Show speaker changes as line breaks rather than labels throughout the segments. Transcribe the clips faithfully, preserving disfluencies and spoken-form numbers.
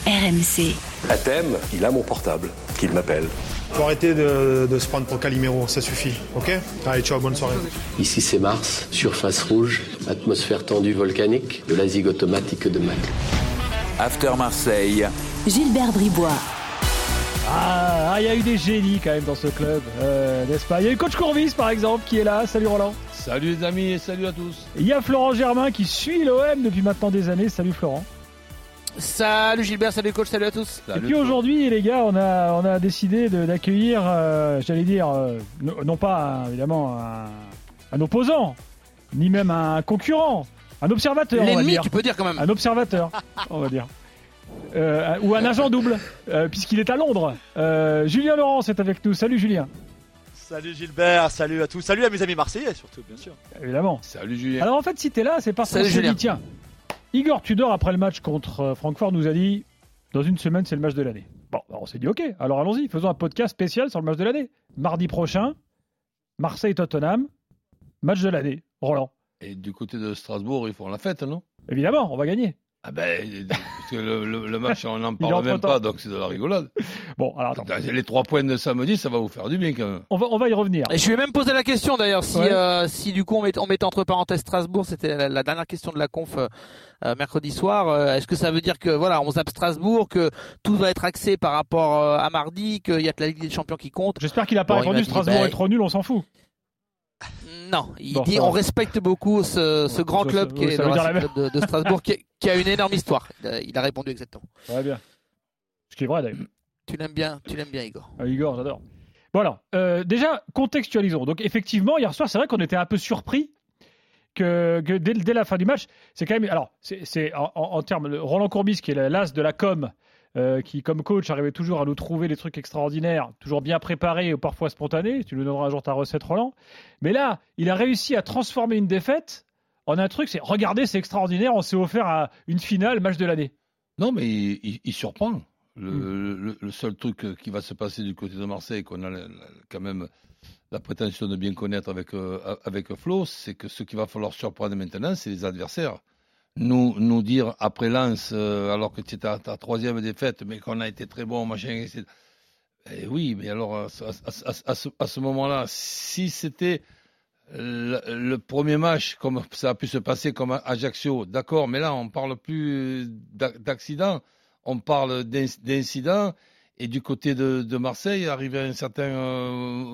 R M C.
À thème, il a mon portable, qu'il m'appelle.
Faut arrêter de, de se prendre pour Calimero, ça suffit, ok ? Allez, ciao, bonne soirée.
Ici c'est Mars, surface rouge, atmosphère tendue volcanique, de la zig automatique de Mac.
After Marseille.
Gilbert Bribois.
Ah, il ah, y a eu des génies quand même dans ce club, euh, n'est-ce pas ? Il y a eu Coach Courbis par exemple qui est là. Salut Roland.
Salut les amis et salut à tous.
Il y a Florent Germain qui suit l'O M depuis maintenant des années. Salut Florent.
Salut Gilbert, salut coach, salut à tous.
Salut. Et puis aujourd'hui les gars, on a, on a décidé de, d'accueillir, euh, j'allais dire, euh, non, non pas un, évidemment un, un opposant, ni même un concurrent, un observateur.
L'ennemi,
on va dire.
Tu peux dire quand même.
Un observateur, on va dire. Euh, ou un agent double, euh, puisqu'il est à Londres. Euh, Julien Laurence est avec nous. Salut Julien.
Salut Gilbert, salut à tous. Salut à mes amis marseillais surtout, bien sûr.
Évidemment.
Salut Julien.
Alors en fait, si t'es là, c'est parce qu'on s'est dit, tiens, Igor Tudor, après le match contre Francfort, nous a dit dans une semaine, c'est le match de l'année. Bon, on s'est dit, ok, alors allons-y, faisons un podcast spécial sur le match de l'année. Mardi prochain, Marseille-Tottenham, match de l'année. Roland.
Et du côté de Strasbourg, ils font la fête, non ?
Évidemment, on va gagner.
Ah ben, parce que le, le, le match, on n'en parle même pas, donc c'est de la rigolade.
Bon, alors attends.
Les trois points de samedi, ça va vous faire du bien quand même.
On va, on va y revenir.
Et je lui ai même posé la question d'ailleurs, si, ouais. euh, si du coup on mettait, on mettait entre parenthèses Strasbourg, c'était la, la dernière question de la conf euh, mercredi soir. Euh, est-ce que ça veut dire que voilà, on zappe Strasbourg, que tout va être axé par rapport euh, à mardi, qu'il y a que la Ligue des Champions qui compte ?
J'espère qu'il n'a pas bon, répondu Strasbourg bah, est trop nul, on s'en fout.
Non, il bon, dit on respecte beaucoup ce, ce grand club qui est le Racing Club de, de Strasbourg qui, qui a une énorme histoire. Il a répondu exactement.
Très bien. Ce qui est vrai d'ailleurs.
Tu l'aimes bien, tu l'aimes bien Igor.
Ah, Igor, j'adore. Voilà. Euh, déjà, contextualisons. Donc effectivement, hier soir, c'est vrai qu'on était un peu surpris que, que dès, dès la fin du match, c'est quand même. Alors, c'est, c'est en, en termes Roland Courbis qui est l'as de la com. Euh, qui, comme coach, arrivait toujours à nous trouver des trucs extraordinaires, toujours bien préparés et parfois spontanés. Tu nous donneras un jour ta recette, Roland. Mais là, il a réussi à transformer une défaite en un truc, c'est regardez, c'est extraordinaire, on s'est offert à une finale, match de l'année.
Non, mais il, il, il surprend. Le,
mm.
le, le seul truc qui va se passer du côté de Marseille, qu'on a la, la, quand même la prétention de bien connaître avec, euh, avec Flo, c'est que ce qu'il va falloir surprendre maintenant, c'est les adversaires. Nous, nous dire après Lens, euh, alors que tu étais à ta troisième défaite, mais qu'on a été très bon, machin, et cetera. Et oui, mais alors à, à, à, à, ce, à ce moment-là, si c'était le, le premier match, comme ça a pu se passer comme à Ajaccio, d'accord, mais là on parle plus d'accident, on parle d'incident, et du côté de, de Marseille, arrivé à un certain euh,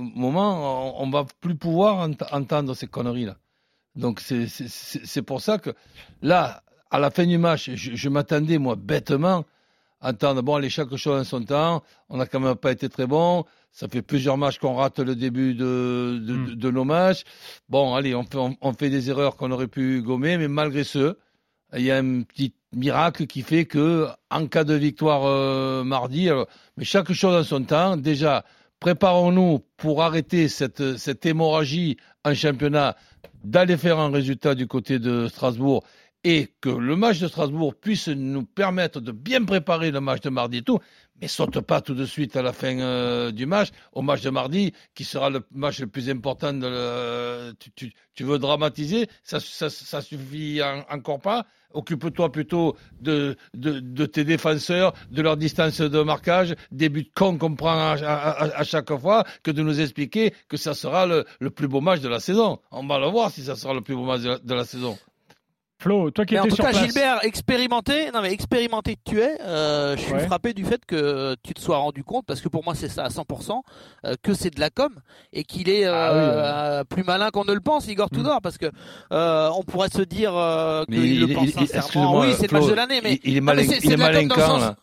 moment, on, on va plus pouvoir ent- entendre ces conneries-là. Donc c'est, c'est, c'est pour ça que là, à la fin du match, je, je m'attendais moi bêtement à entendre bon, allez, chaque chose en son temps. On n'a quand même pas été très bon. Ça fait plusieurs matchs qu'on rate le début de, de, mmh. de, de nos matchs. Bon, allez, on fait, on, on fait des erreurs qu'on aurait pu gommer, mais malgré ce, il y a un petit miracle qui fait que en cas de victoire euh, mardi, alors, mais chaque chose en son temps. Déjà, préparons-nous pour arrêter cette, cette hémorragie en championnat, d'aller faire un résultat du côté de Strasbourg et que le match de Strasbourg puisse nous permettre de bien préparer le match de mardi et tout, mais saute pas tout de suite à la fin euh, du match, au match de mardi, qui sera le match le plus important. De le... tu, tu, tu veux dramatiser, ça, ça, ça suffit en, encore pas. Occupe-toi plutôt de, de, de tes défenseurs, de leur distance de marquage, des buts cons qu'on prend à, à, à chaque fois, que de nous expliquer que ça sera le, le plus beau match de la saison. On va le voir si ça sera le plus beau match de la, de la saison.
Flo, toi qui étais
sur place. En tout cas,
place.
Gilbert, expérimenté, non mais expérimenté que tu es, euh, je suis
ouais.
frappé du fait que tu te sois rendu compte, parce que pour moi c'est ça à cent pour cent, euh, que c'est de la com et qu'il est euh, ah, oui, ouais. euh, plus malin qu'on ne le pense, Igor Tudor, mmh. parce que euh, on pourrait se dire euh, qu'il il, le pense il, sincèrement. Oui, c'est Flo, le match de l'année, mais
il, il est malin, c'est, il c'est est malin quand là.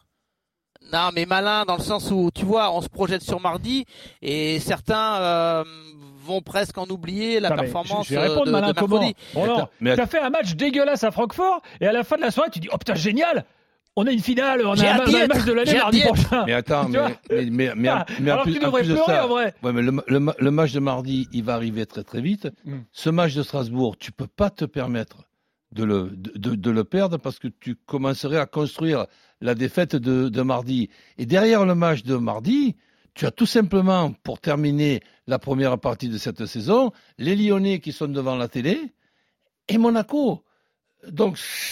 Non, mais malin dans le sens où tu vois, on se projette sur mardi et certains. Euh, vont presque en oublier la non, performance je, je vais répondre, de,
malin,
de mercredi.
Bon, non, mais t'as fait un match dégueulasse à Francfort et à la fin de la soirée tu dis oh putain génial, on a une finale, on
J'ai
a un, un match de l'année mardi prochain.
Mais attends, mais, mais, mais, mais,
ah,
mais
alors
en plus,
tu devrais
en plus
pleurer
ça,
en vrai.
Ouais, mais le, le, le match de mardi, il va arriver très très vite. Mm. Ce match de Strasbourg, tu peux pas te permettre de le, de, de, de le perdre parce que tu commencerais à construire la défaite de, de mardi. Et derrière le match de mardi, tu as tout simplement, pour terminer la première partie de cette saison, les Lyonnais qui sont devant la télé et Monaco. Donc,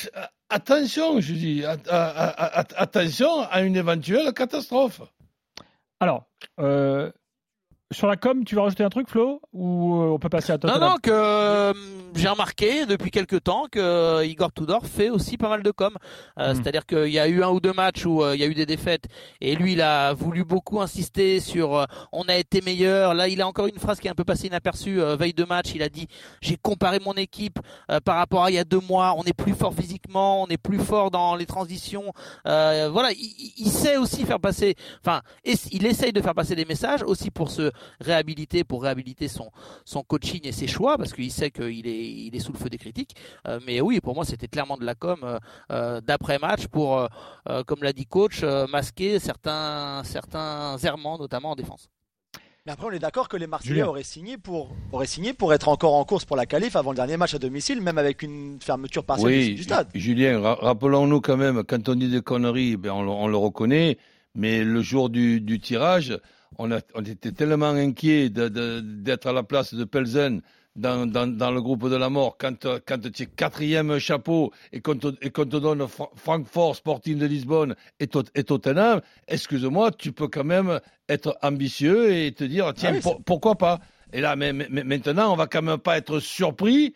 attention, je dis, a, a, a, a, attention à une éventuelle catastrophe.
Alors, euh, sur la com, tu vas rajouter un truc, Flo, ou on peut passer à Tottenham?
Non, non, que euh, j'ai remarqué depuis quelques temps que euh, Igor Tudor fait aussi pas mal de com. Euh, mmh. C'est-à-dire qu'il y a eu un ou deux matchs où euh, il y a eu des défaites et lui, il a voulu beaucoup insister sur euh, on a été meilleur. Là, il a encore une phrase qui est un peu passée inaperçue. Euh, veille de match, il a dit j'ai comparé mon équipe euh, par rapport à il y a deux mois. On est plus fort physiquement, on est plus fort dans les transitions. Euh, voilà, il, il sait aussi faire passer. Enfin, il essaye de faire passer des messages aussi pour se réhabiliter, pour réhabiliter son son coaching et ses choix, parce qu'il sait qu'il est il est sous le feu des critiques. Euh, mais oui, pour moi, c'était clairement de la com euh, euh, d'après match pour, euh, euh, comme l'a dit coach, euh, masquer certains certains errements, notamment en défense.
Mais après, on est d'accord que les Marseillais auraient signé pour auraient signé pour être encore en course pour la qualif avant le dernier match à domicile, même avec une fermeture partielle
oui,
du, du stade.
Julien, ra- rappelons-nous quand même, quand on dit des conneries, ben on, on le reconnaît, mais le jour du, du tirage, on, a, on était tellement inquiets de, de, d'être à la place de Pelzen dans, dans, dans le groupe de la mort, quand, quand tu es quatrième chapeau et qu'on te, et qu'on te donne Fra- Francfort, Sporting de Lisbonne et, tot, et Tottenham, excuse-moi, tu peux quand même être ambitieux et te dire, tiens, ah oui, pour, pourquoi pas? Et là, mais, mais, maintenant, on va quand même pas être surpris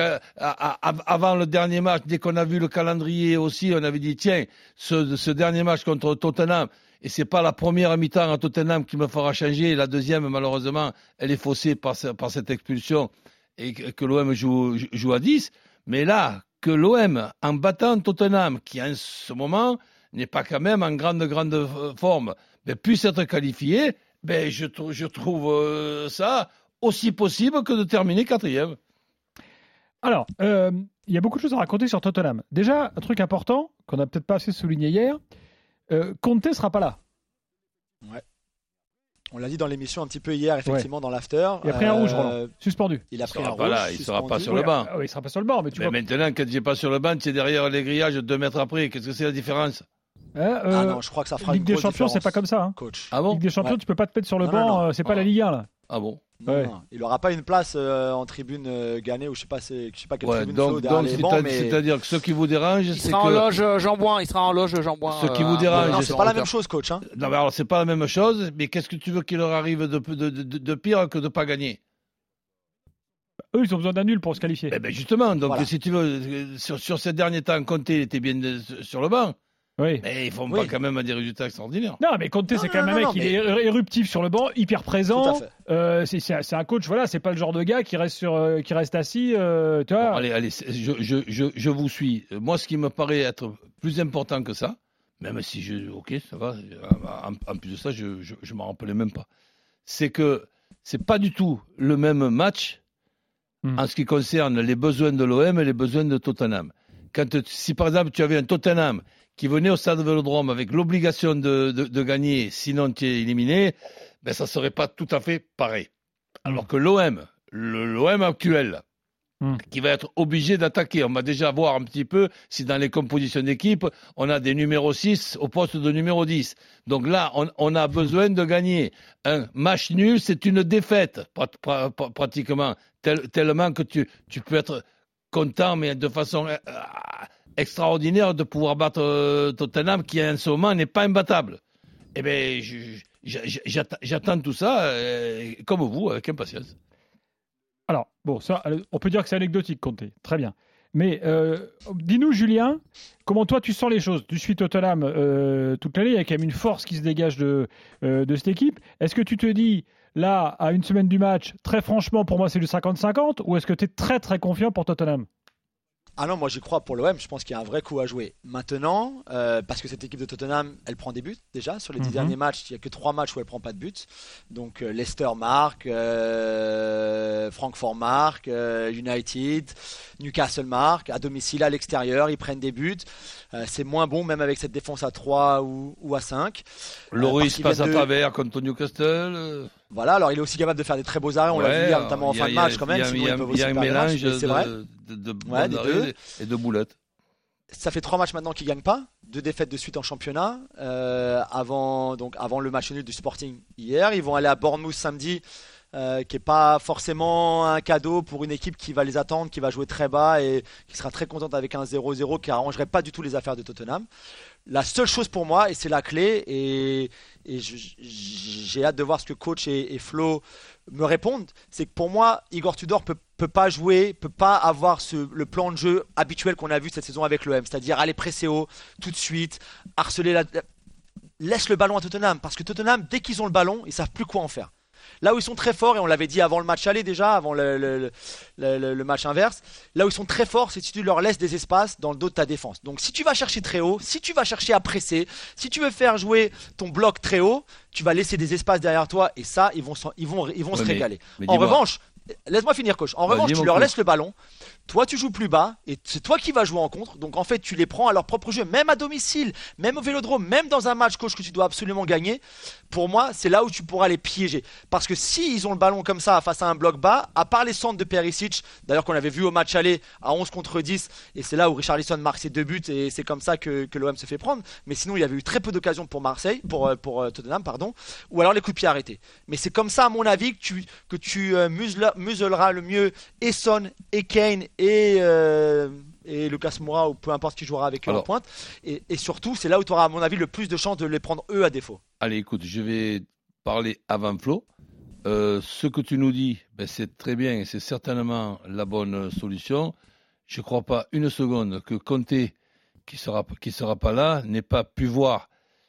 qu'avant le dernier match, dès qu'on a vu le calendrier aussi, on avait dit, tiens, ce, ce dernier match contre Tottenham, et c'est pas la première mi-temps à Tottenham qui me fera changer. La deuxième, malheureusement, elle est faussée par, par cette expulsion et que l'O M joue, joue à dix. Mais là, que l'O M, en battant Tottenham, qui en ce moment n'est pas quand même en grande, grande forme, ben, puisse être qualifié, ben, je, je trouve ça aussi possible que de terminer quatrième.
Alors, il euh, y a beaucoup de choses à raconter sur Tottenham. Déjà, un truc important qu'on n'a peut-être pas assez souligné hier, Euh, Conte sera pas là.
Ouais. On l'a dit dans l'émission un petit peu hier, effectivement, ouais. dans l'after.
Il a pris euh, un rouge, Roland. Suspendu.
Il a pris
il
un rouge.
Là, il ne sera pas sur le banc.
Oui, il sera pas sur le banc, mais tu
mais
vois.
Maintenant, quand il n'est pas sur le banc, tu es derrière les grillages deux mètres après. Qu'est-ce que c'est la différence?
euh, euh,
Ah non, je crois que ça fera
Ligue
une
des
grosse
Champions,
différence,
c'est pas comme ça. Hein.
Coach.
Ah bon?
Ligue des Champions, ouais. Tu peux pas te mettre sur le
non,
banc.
non, non.
Euh, c'est
ah.
pas la Ligue un là.
Ah bon?
Non,
ouais.
non. Il n'aura pas une place euh, en tribune euh, gagnée ou je sais pas, c'est, je sais pas quelle
ouais,
tribune
donc, donc
les
c'est,
bancs,
à,
mais...
c'est-à-dire que ce qui vous dérange,
il
c'est
sera
que...
en loge Jean Bouin, il sera en loge Jean Bouin.
Ce qui vous
euh,
dérange,
non, c'est
c'est
pas la même chose, coach. Hein.
Non, mais alors c'est pas la même chose. Mais qu'est-ce que tu veux qu'il leur arrive de, de, de, de pire que de pas gagner?
Eux, ils ont besoin d'un nul pour se qualifier.
Eh ben justement, donc voilà. Si tu veux, sur, sur ces derniers temps, Conte était bien de, sur le banc.
Oui.
Mais ils font
oui.
pas quand même des résultats extraordinaires.
Non, mais Conte, non, c'est non, quand même non, un mec, non, il mais... est éruptif sur le banc, hyper présent. Euh, c'est, c'est, c'est un coach, voilà, c'est pas le genre de gars qui reste sur, euh, qui reste assis. Euh, tu vois.
Bon, allez, allez, je, je, je, je vous suis. Moi, ce qui me paraît être plus important que ça, même si je, ok, ça va. En, en plus de ça, je, je, je m'en rappelais même pas. C'est que c'est pas du tout le même match hum. en ce qui concerne les besoins de l'O M et les besoins de Tottenham. Quand, si par exemple tu avais un Tottenham qui venait au stade Vélodrome avec l'obligation de, de, de gagner, sinon tu es éliminé, ben ça serait pas tout à fait pareil. Alors que l'O M, le, l'O M actuel, mm. qui va être obligé d'attaquer, on va déjà voir un petit peu si dans les compositions d'équipe, on a des numéros six au poste de numéro dix. Donc là, on, on a besoin de gagner. Un match nul, c'est une défaite, pr- pr- pratiquement, tel, tellement que tu, tu peux être content, mais de façon... Euh, extraordinaire de pouvoir battre euh, Tottenham qui en ce moment n'est pas imbattable. Eh bien, j'attends, j'attends tout ça euh, comme vous, avec impatience.
Alors, bon, ça, on peut dire que c'est anecdotique, Conte. Très bien. Mais euh, dis-nous, Julien, comment toi tu sens les choses? Tu suis Tottenham euh, toute l'année, il y a quand même une force qui se dégage de, euh, de cette équipe. Est-ce que tu te dis, là, à une semaine du match, très franchement, pour moi c'est du cinquante cinquante, ou est-ce que tu es très très confiant pour Tottenham?
Ah non, moi j'y crois pour l'O M, je pense qu'il y a un vrai coup à jouer. Maintenant, euh, parce que cette équipe de Tottenham, elle prend des buts déjà. Sur les dix mm-hmm. derniers matchs, il n'y a que trois matchs où elle prend pas de buts. Donc euh, Leicester marque, euh, Francfort marque, euh, United, Newcastle marque. À domicile, à l'extérieur, ils prennent des buts. Euh, c'est moins bon même avec cette défense à trois ou, ou à cinq.
Loris euh, passe à
de...
travers contre Newcastle.
Voilà, alors il est aussi capable de faire des très beaux arrêts, on ouais, l'a vu hier, notamment en fin de match quand même.
Il y a, y a un mélange de, c'est vrai. de, de, de ouais, arrêts et de boulettes.
Ça fait trois matchs maintenant qu'ils ne gagnent pas, deux défaites de suite en championnat, euh, avant, donc avant le match nul du Sporting hier. Ils vont aller à Bournemouth samedi, euh, qui est pas forcément un cadeau pour une équipe qui va les attendre, qui va jouer très bas et qui sera très contente avec un zéro zéro qui arrangerait pas du tout les affaires de Tottenham. La seule chose pour moi, et c'est la clé, et, et je, j'ai hâte de voir ce que coach et, et Flo me répondent, c'est que pour moi, Igor Tudor peut, peut pas jouer, peut pas avoir ce, le plan de jeu habituel qu'on a vu cette saison avec l'O M, c'est-à-dire aller presser haut tout de suite, harceler la... Laisse le ballon à Tottenham, parce que Tottenham, dès qu'ils ont le ballon, ils savent plus quoi en faire. Là où ils sont très forts, et on l'avait dit avant le match aller déjà, avant le, le, le, le, le match inverse, là où ils sont très forts, c'est si tu leur laisses des espaces dans le dos de ta défense. Donc si tu vas chercher très haut, si tu vas chercher à presser, si tu veux faire jouer ton bloc très haut, tu vas laisser des espaces derrière toi, et ça, ils vont, ils vont, ils vont ouais, se mais, régaler. Mais en revanche, laisse-moi finir, coach. En bah, revanche, tu leur laisses le ballon. Toi, tu joues plus bas et c'est toi qui vas jouer en contre. Donc, en fait, tu les prends à leur propre jeu, même à domicile, même au Vélodrome, même dans un match, coach, que tu dois absolument gagner. Pour moi, c'est là où tu pourras les piéger. Parce que s'ils ont le ballon comme ça face à un bloc bas, à part les centres de Perisic, d'ailleurs qu'on avait vu au match aller à onze contre dix, et c'est là où Richarlison marque ses deux buts et c'est comme ça que, que l'O M se fait prendre. Mais sinon, il y avait eu très peu d'occasions pour Marseille, pour, pour, pour Tottenham, pardon, ou alors les coups de pied arrêtés. Mais c'est comme ça, à mon avis, que tu, que tu euh, muselas, muselera le mieux et Son et Kane et, euh, et Lucas Moura ou peu importe qui jouera avec eux en pointe. Et, et surtout, c'est là où tu auras, à mon avis, le plus de chances de les prendre eux à défaut.
Allez, écoute, je vais parler avant Flo. Euh, ce que tu nous dis, ben, c'est très bien et c'est certainement la bonne solution. Je ne crois pas une seconde que Conte, qui sera, qui sera pas là, n'ait pas pu voir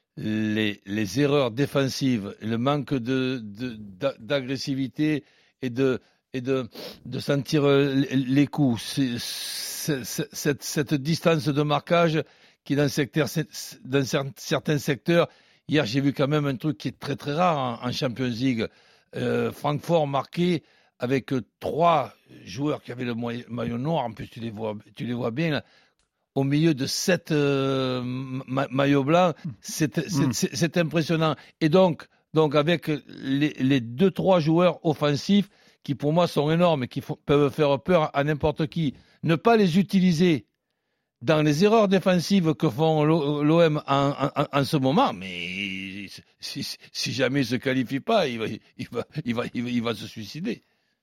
les, les erreurs défensives, le manque de, de, d'agressivité et de et de, de sentir les coups. C'est, c'est, c'est, cette, cette distance de marquage qui, dans, secteur, dans certains secteurs, hier, j'ai vu quand même un truc qui est très très rare en, en Champions League. Euh, Francfort marqué avec trois joueurs qui avaient le maillot noir, en plus tu les vois, tu les vois bien, là, au milieu de sept euh, ma- maillots blancs, c'est, c'est, c'est, c'est impressionnant. Et donc, donc avec les, les deux, trois joueurs offensifs qui pour moi sont énormes et qui f- peuvent faire peur à n'importe qui, ne pas les utiliser dans les erreurs défensives que font l'O M en, en, en ce moment, mais si, si jamais il ne se qualifie pas, il va, il va, il va, il va, il va se suicider.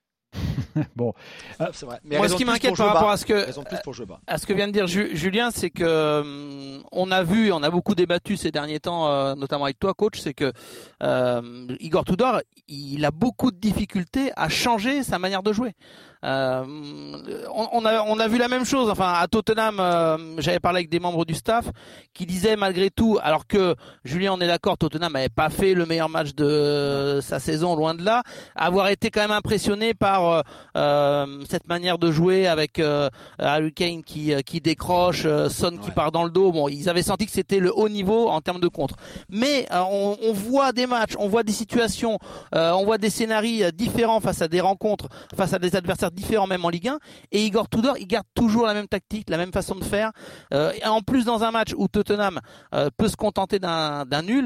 Bon,
euh, c'est vrai. Mais
moi, ce qui m'inquiète par rapport à ce que à ce que vient de dire Ju- Julien, c'est que euh, on a vu, on a beaucoup débattu ces derniers temps, euh, notamment avec toi, coach, c'est que euh, Igor Tudor, il a beaucoup de difficultés à changer sa manière de jouer. Euh, on, on a on a vu la même chose. Enfin, à Tottenham, euh, j'avais parlé avec des membres du staff qui disaient malgré tout, alors que Julien, on est d'accord, Tottenham n'avait pas fait le meilleur match de sa saison, loin de là, avoir été quand même impressionné par euh, euh, cette manière de jouer avec euh, Harry Kane qui qui décroche, euh, Son qui ouais. part dans le dos. Bon, ils avaient senti que c'était le haut niveau en termes de contre. Mais euh, on, on voit des matchs, on voit des situations, euh, on voit des scénarios différents face à des rencontres, face à des adversaires différents même en Ligue un, et Igor Tudor il garde toujours la même tactique, la même façon de faire, euh, et en plus dans un match où Tottenham euh, peut se contenter d'un, d'un nul.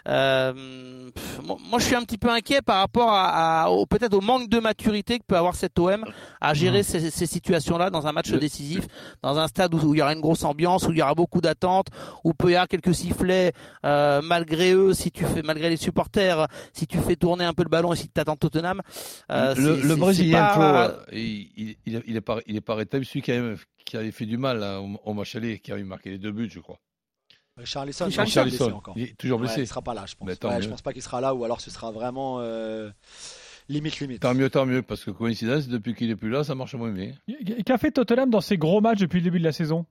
euh, pff, moi je suis un petit peu inquiet par rapport à, à au, peut-être au manque de maturité que peut avoir cet O M à gérer mmh. ces, ces situations là dans un match décisif, dans un stade où, où il y aura une grosse ambiance, où il y aura beaucoup d'attentes, où peut y avoir quelques sifflets euh, malgré eux, si tu fais malgré les supporters, si tu fais tourner un peu le ballon et si tu t'attends Tottenham. euh,
le,
c'est,
le
c'est,
Brésilien
c'est pas...
Flo, il, il, il, il est pas il est pas rétabli, celui qui avait, qui avait fait du mal là, au, au match aller, qui avait marqué les deux buts, je crois.
Charlison,
Charlison,
encore.
Il est toujours blessé.
Ouais, il sera pas là, je pense. Ouais, je pense pas qu'il sera là, ou alors ce sera vraiment euh, limite limite.
Tant mieux, tant mieux, parce que coïncidence, depuis qu'il est plus là, ça marche moins bien.
Qu'a fait Tottenham dans ses gros matchs depuis le début de la saison?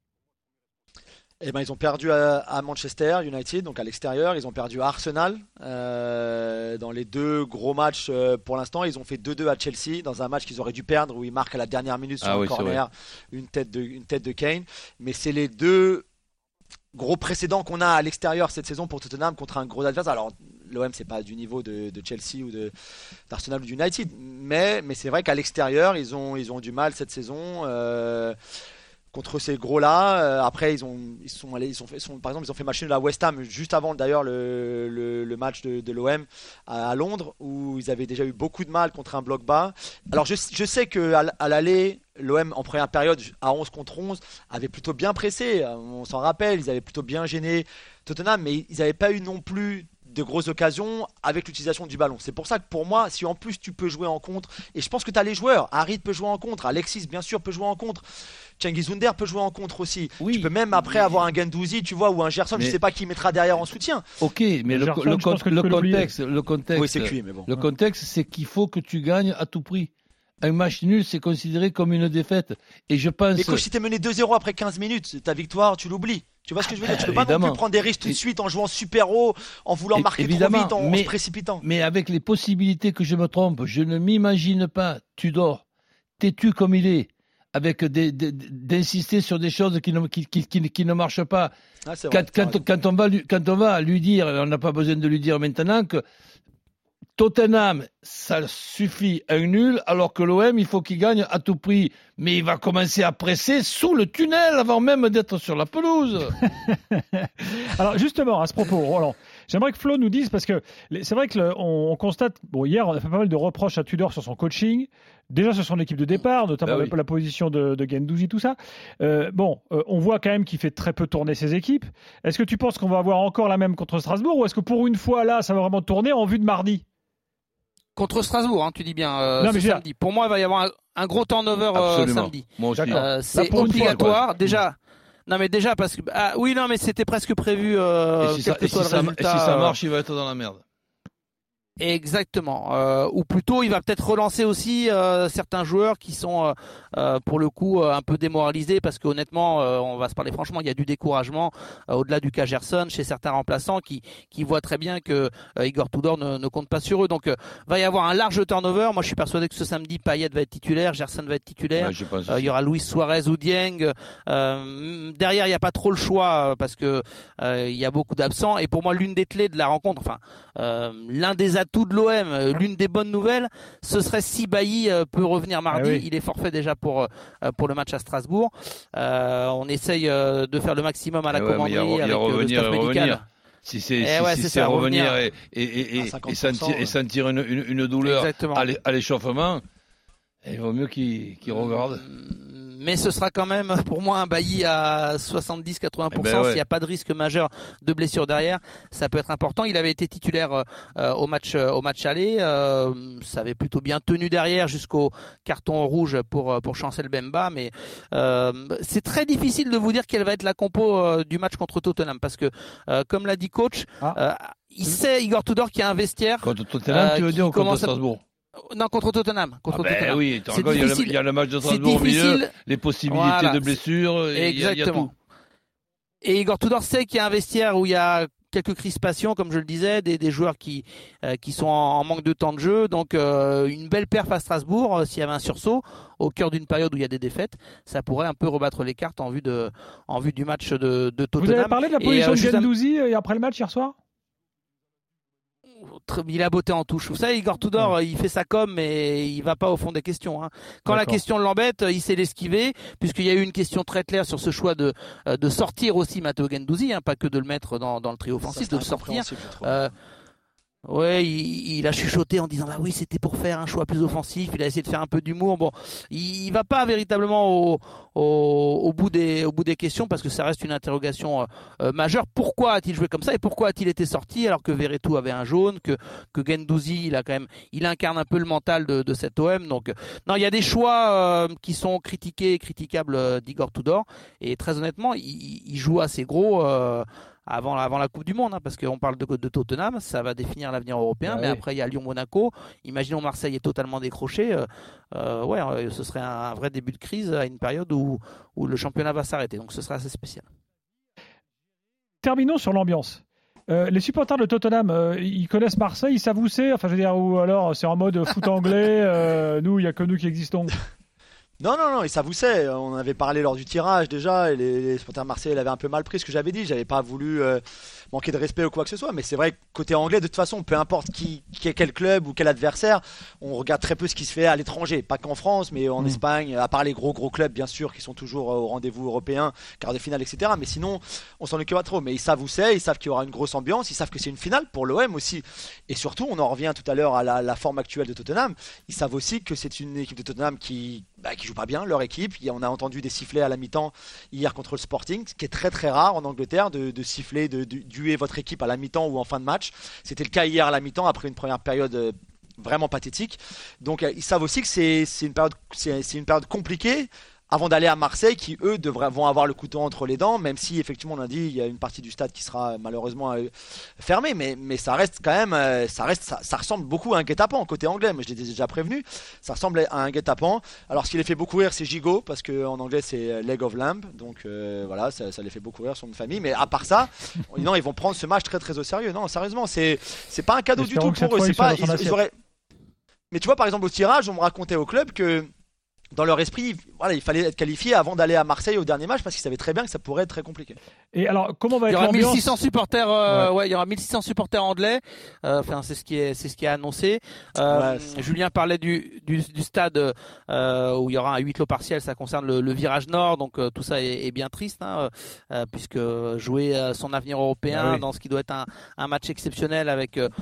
Eh ben, ils ont perdu à, à Manchester United, donc à l'extérieur. Ils ont perdu à Arsenal euh, dans les deux gros matchs euh, pour l'instant. Ils ont fait deux deux à Chelsea dans un match qu'ils auraient dû perdre où ils marquent à la dernière minute sur ah un oui, corner une tête de une tête de Kane. Mais c'est les deux gros précédents qu'on a à l'extérieur cette saison pour Tottenham contre un gros adversaire. Alors l'O M c'est pas du niveau de, de Chelsea ou de d'Arsenal ou d'United, mais mais c'est vrai qu'à l'extérieur ils ont ils ont du mal cette saison. Euh, contre ces gros-là. Euh, après, ils ont, ils sont allés, ils sont, ils sont, par exemple, ils ont fait match nul à West Ham juste avant d'ailleurs le, le, le match de, de l'O M à, à Londres, où ils avaient déjà eu beaucoup de mal contre un bloc bas. Alors, je, je sais que à, à l'aller, l'O M en première période à onze contre onze avait plutôt bien pressé. On s'en rappelle, ils avaient plutôt bien gêné Tottenham, mais ils n'avaient pas eu non plus de grosses occasions avec l'utilisation du ballon. C'est pour ça que pour moi, si en plus tu peux jouer en contre, et je pense que tu as les joueurs, Harit peut jouer en contre, Alexis bien sûr peut jouer en contre, Cengiz Under peut jouer en contre aussi. Oui, tu peux même après mais... avoir un Guendouzi, tu vois, ou un Gerson, mais... je sais pas qui mettra derrière en soutien.
Ok, mais le, Gerson, le, le, le contexte, le contexte,
oui, c'est cuit, mais bon.
Le contexte, c'est qu'il faut que tu gagnes à tout prix. Un match nul, c'est considéré comme une défaite. Et je pense.
Mais coach, si t'es mené deux zéro après quinze minutes, ta victoire, tu l'oublies. Tu vois ce que je veux dire? Tu peux pas non plus prendre des risques tout de suite en jouant super haut, en voulant marquer trop vite, en, mais, en se précipitant.
Mais avec les possibilités que je me trompe, je ne m'imagine pas Tudor têtu comme il est, avec des, des, d'insister sur des choses qui ne, qui, qui, qui, qui ne marchent pas. Ah, c'est vrai, quand, quand, quand, on va lui, quand on va lui dire, on n'a pas besoin de lui dire maintenant que Tottenham, ça suffit un nul, alors que l'O M, il faut qu'il gagne à tout prix. Mais il va commencer à presser sous le tunnel avant même d'être sur la pelouse.
Alors justement, à ce propos, Roland, j'aimerais que Flo nous dise, parce que c'est vrai qu'on on constate, bon, hier, on a fait pas mal de reproches à Tudor sur son coaching, déjà sur son équipe de départ, notamment bah oui. la, la position de, de Guendouzi, tout ça. Euh, bon, euh, on voit quand même qu'il fait très peu tourner ses équipes. Est-ce que tu penses qu'on va avoir encore la même contre Strasbourg, ou est-ce que pour une fois, là, ça va vraiment tourner en vue de mardi?
Contre Strasbourg, hein, tu dis bien, euh, non, ce samedi. Pour moi, il va y avoir un, un gros turnover euh, samedi.
Moi aussi.
Euh, c'est Là, obligatoire. Fois, déjà, non mais déjà parce que ah, oui, non mais c'était presque prévu. Euh,
et si, ça, et si, ça, et si ça marche, il va être dans la merde.
Exactement. Euh, ou plutôt, il va peut-être relancer aussi euh, certains joueurs qui sont, euh, pour le coup, euh, un peu démoralisés parce qu'honnêtement, euh, on va se parler franchement, il y a du découragement euh, au-delà du cas Gerson chez certains remplaçants qui qui voient très bien que euh, Igor Tudor ne, ne compte pas sur eux. Donc, euh, va y avoir un large turnover. Moi, je suis persuadé que ce samedi, Payet va être titulaire, Gerson va être titulaire. Ouais, euh, il y aura Luis Suarez ou Dieng. Euh, derrière, il n'y a pas trop le choix parce que euh, il y a beaucoup d'absents. Et pour moi, l'une des clés de la rencontre, enfin, euh, l'un des tout de l'O M, l'une des bonnes nouvelles, ce serait si Bailly peut revenir mardi. Ah oui. Il est forfait déjà pour pour le match à Strasbourg. Euh, on essaye de faire le maximum à la ah ouais, commanderie avec il y a revenir, le staff médical.
Revenir. Si c'est, si, ouais, si c'est, c'est revenir, revenir et, et, et, et, et sentir, et sentir une, une, une douleur à l'échauffement, il vaut mieux qu'il, qu'il regarde.
Mais ce sera quand même pour moi un Bailly à soixante-dix à quatre-vingts pour cent eh ben ouais. S'il n'y a pas de risque majeur de blessure derrière, ça peut être important. Il avait été titulaire euh, au match euh, au match aller, euh, ça avait plutôt bien tenu derrière jusqu'au carton rouge pour pour Chancel Bemba, mais euh, c'est très difficile de vous dire quelle va être la compo euh, du match contre Tottenham parce que euh, comme l'a dit coach, ah. euh, il sait Igor Tudor qu'il y a un vestiaire
contre Tottenham, euh, tu veux dire ou contre Strasbourg?
Non, contre Tottenham. Contre
ah ben
Tottenham.
Oui, il y, a le, il y a le match de Strasbourg au milieu, les possibilités voilà. de blessures, il y, a, il y a tout.
Et Igor Tudor sait qu'il y a un vestiaire où il y a quelques crispations, comme je le disais, des, des joueurs qui euh, qui sont en, en manque de temps de jeu. Donc euh, une belle perf à Strasbourg, euh, s'il y avait un sursaut au cœur d'une période où il y a des défaites, ça pourrait un peu rebattre les cartes en vue de en vue du match de, de Tottenham.
Vous avez parlé de la position et, euh, de Guendouzi am... après le match hier soir?
Il a botté en touche. Vous savez, Igor Tudor, ouais. il fait sa com, mais il va pas au fond des questions. Hein. Quand D'accord. la question l'embête, il sait l'esquiver, puisqu'il y a eu une question très claire sur ce choix de de sortir aussi Matteo Guendouzi, hein, pas que de le mettre dans dans le trio offensif, de le sortir. Euh, Ouais, il, il a chuchoté en disant bah oui c'était pour faire un choix plus offensif. Il a essayé de faire un peu d'humour. Bon, il, il va pas véritablement au, au, au bout des au bout des questions parce que ça reste une interrogation euh, majeure. Pourquoi a-t-il joué comme ça et pourquoi a-t-il été sorti alors que Verretou avait un jaune, que que Guendouzi il a quand même il incarne un peu le mental de de cet O M. Donc non, il y a des choix euh, qui sont critiqués et critiquables euh, d'Igor Tudor et très honnêtement il, il joue assez gros. Euh, Avant, avant la Coupe du Monde, hein, parce qu'on parle de, de Tottenham, ça va définir l'avenir européen, ah mais oui. après il y a Lyon-Monaco, imaginons Marseille est totalement décroché, euh, euh, ouais, euh, ce serait un, un vrai début de crise à une période où, où le championnat va s'arrêter, donc ce serait assez spécial.
Terminons sur l'ambiance. Euh, les supporters de Tottenham, euh, ils connaissent Marseille, ils savent où c'est, enfin je veux dire, ou alors c'est en mode foot anglais, euh, nous il n'y a que nous qui existons.
Non, non, non, et ça vous sait, on avait parlé lors du tirage déjà, et les, les supporters marseillais l'avaient un peu mal pris ce que j'avais dit, j'avais pas voulu euh, manquer de respect ou quoi que ce soit, mais c'est vrai que côté anglais, de toute façon, peu importe qui, qui est quel club ou quel adversaire, on regarde très peu ce qui se fait à l'étranger, pas qu'en France, mais en mmh. Espagne, à part les gros gros clubs bien sûr, qui sont toujours au rendez-vous européen, quart de finale, et cetera, mais sinon, on s'en occupe pas trop, mais ils savent où c'est, ils savent qu'il y aura une grosse ambiance, ils savent que c'est une finale pour l'O M aussi, et surtout, on en revient tout à l'heure à la, la forme actuelle de Tottenham, ils savent aussi que c'est une équipe de Tottenham qui bah, qui jouent pas bien leur équipe. On a entendu des sifflets à la mi-temps hier contre le Sporting, ce qui est très très rare en Angleterre de, de siffler, de, de duer votre équipe à la mi-temps ou en fin de match. C'était le cas hier à la mi-temps après une première période euh, vraiment pathétique. Donc ils savent aussi que c'est, c'est, une, période, c'est, c'est une période compliquée avant d'aller à Marseille, qui eux devraient, vont avoir le couteau entre les dents, même si effectivement on a dit il y a une partie du stade qui sera malheureusement euh, fermée, mais, mais ça reste quand même, euh, ça, reste, ça, ça ressemble beaucoup à un guet-apens côté anglais, mais je l'ai déjà prévenu, ça ressemble à un guet-apens. Alors ce qui les fait beaucoup rire c'est Gigot, parce qu'en anglais c'est Leg of Lamb, donc euh, voilà, ça, ça les fait beaucoup rire son famille, mais à part ça, non, ils vont prendre ce match très très au sérieux, non sérieusement, c'est, c'est pas un cadeau du tout pour eux, c'est pas, ils, ils auraient... Mais tu vois par exemple au tirage, on me racontait au club que dans leur esprit, voilà, il fallait être qualifié avant d'aller à Marseille au dernier match parce qu'ils savaient très bien que ça pourrait être très compliqué.
Et alors, comment va être
l'ambiance ? Il y aura
l'ambiance ?
mille six cents supporters, euh,
ouais.
ouais, il y aura mille six cents supporters anglais. Euh, enfin, c'est ce qui est, c'est ce qui est annoncé. Euh, ouais, Julien parlait du, du, du stade euh, où il y aura un huis clos partiel. Ça concerne le, le virage nord, donc euh, tout ça est, est bien triste, hein, euh, puisque jouer euh, son avenir européen ah, oui. dans ce qui doit être un, un match exceptionnel avec euh,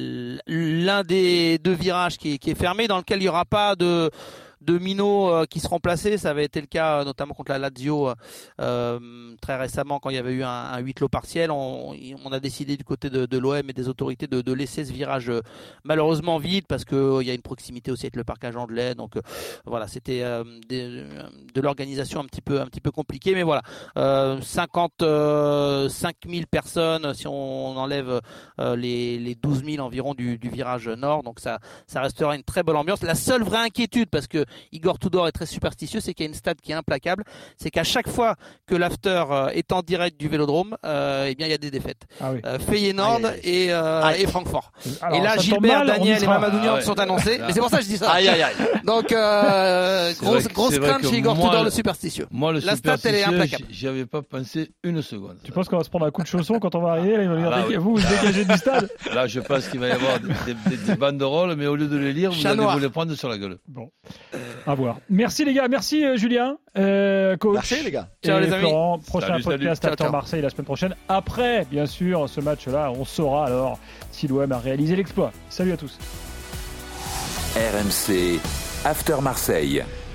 l'un des deux virages qui, qui est fermé, dans lequel il y aura pas de de minots euh, qui seront placés. Ça avait été le cas euh, notamment contre la Lazio euh, très récemment quand il y avait eu un, un huis clos partiel. On, on a décidé du côté de, de l'O M et des autorités de, de laisser ce virage euh, malheureusement vide parce qu'il euh, y a une proximité aussi avec le parcage anglais. Donc euh, voilà, c'était euh, des, de l'organisation un petit peu un petit peu compliquée, mais voilà, euh, cinquante-cinq mille personnes si on enlève euh, les, les douze mille environ du, du virage nord. Donc ça, ça restera une très bonne ambiance. La seule vraie inquiétude, parce que Igor Tudor est très superstitieux, c'est qu'il y a une stat qui est implacable, c'est qu'à chaque fois que l'after est en direct du Vélodrome, euh, eh bien il y a des défaites. Ah oui. euh, Feyenoord aïe, aïe. Et, euh, aïe. et Francfort. Alors, et là Gilbert, mal, Daniel et Mamadou Niang ah ouais. sont annoncés, ah. mais c'est pour ça que je dis ça. Aïe, aïe, aïe. Donc euh, grosse, que, grosse crainte chez Igor Tudor, le superstitieux.
Moi, le
La stat elle est implacable.
J'y avais pas pensé une seconde.
Tu penses qu'on va se prendre un coup de chausson quand on va arriver là, il va dire, ah, oui. Vous vous dégagez du stade.
Là je pense qu'il va y avoir des, des, des banderoles, mais au lieu de les lire, vous allez vous les prendre sur la gueule.
Bon, à voir. Merci les gars, merci euh, Julien, euh, coach.
Merci les gars.
Ciao
les
Florent,
amis.
prochain
salut,
podcast
salut.
After Marseille la semaine prochaine. Après, bien sûr, ce match-là, on saura alors si l'O M a réalisé l'exploit. Salut à tous.
R M C After Marseille.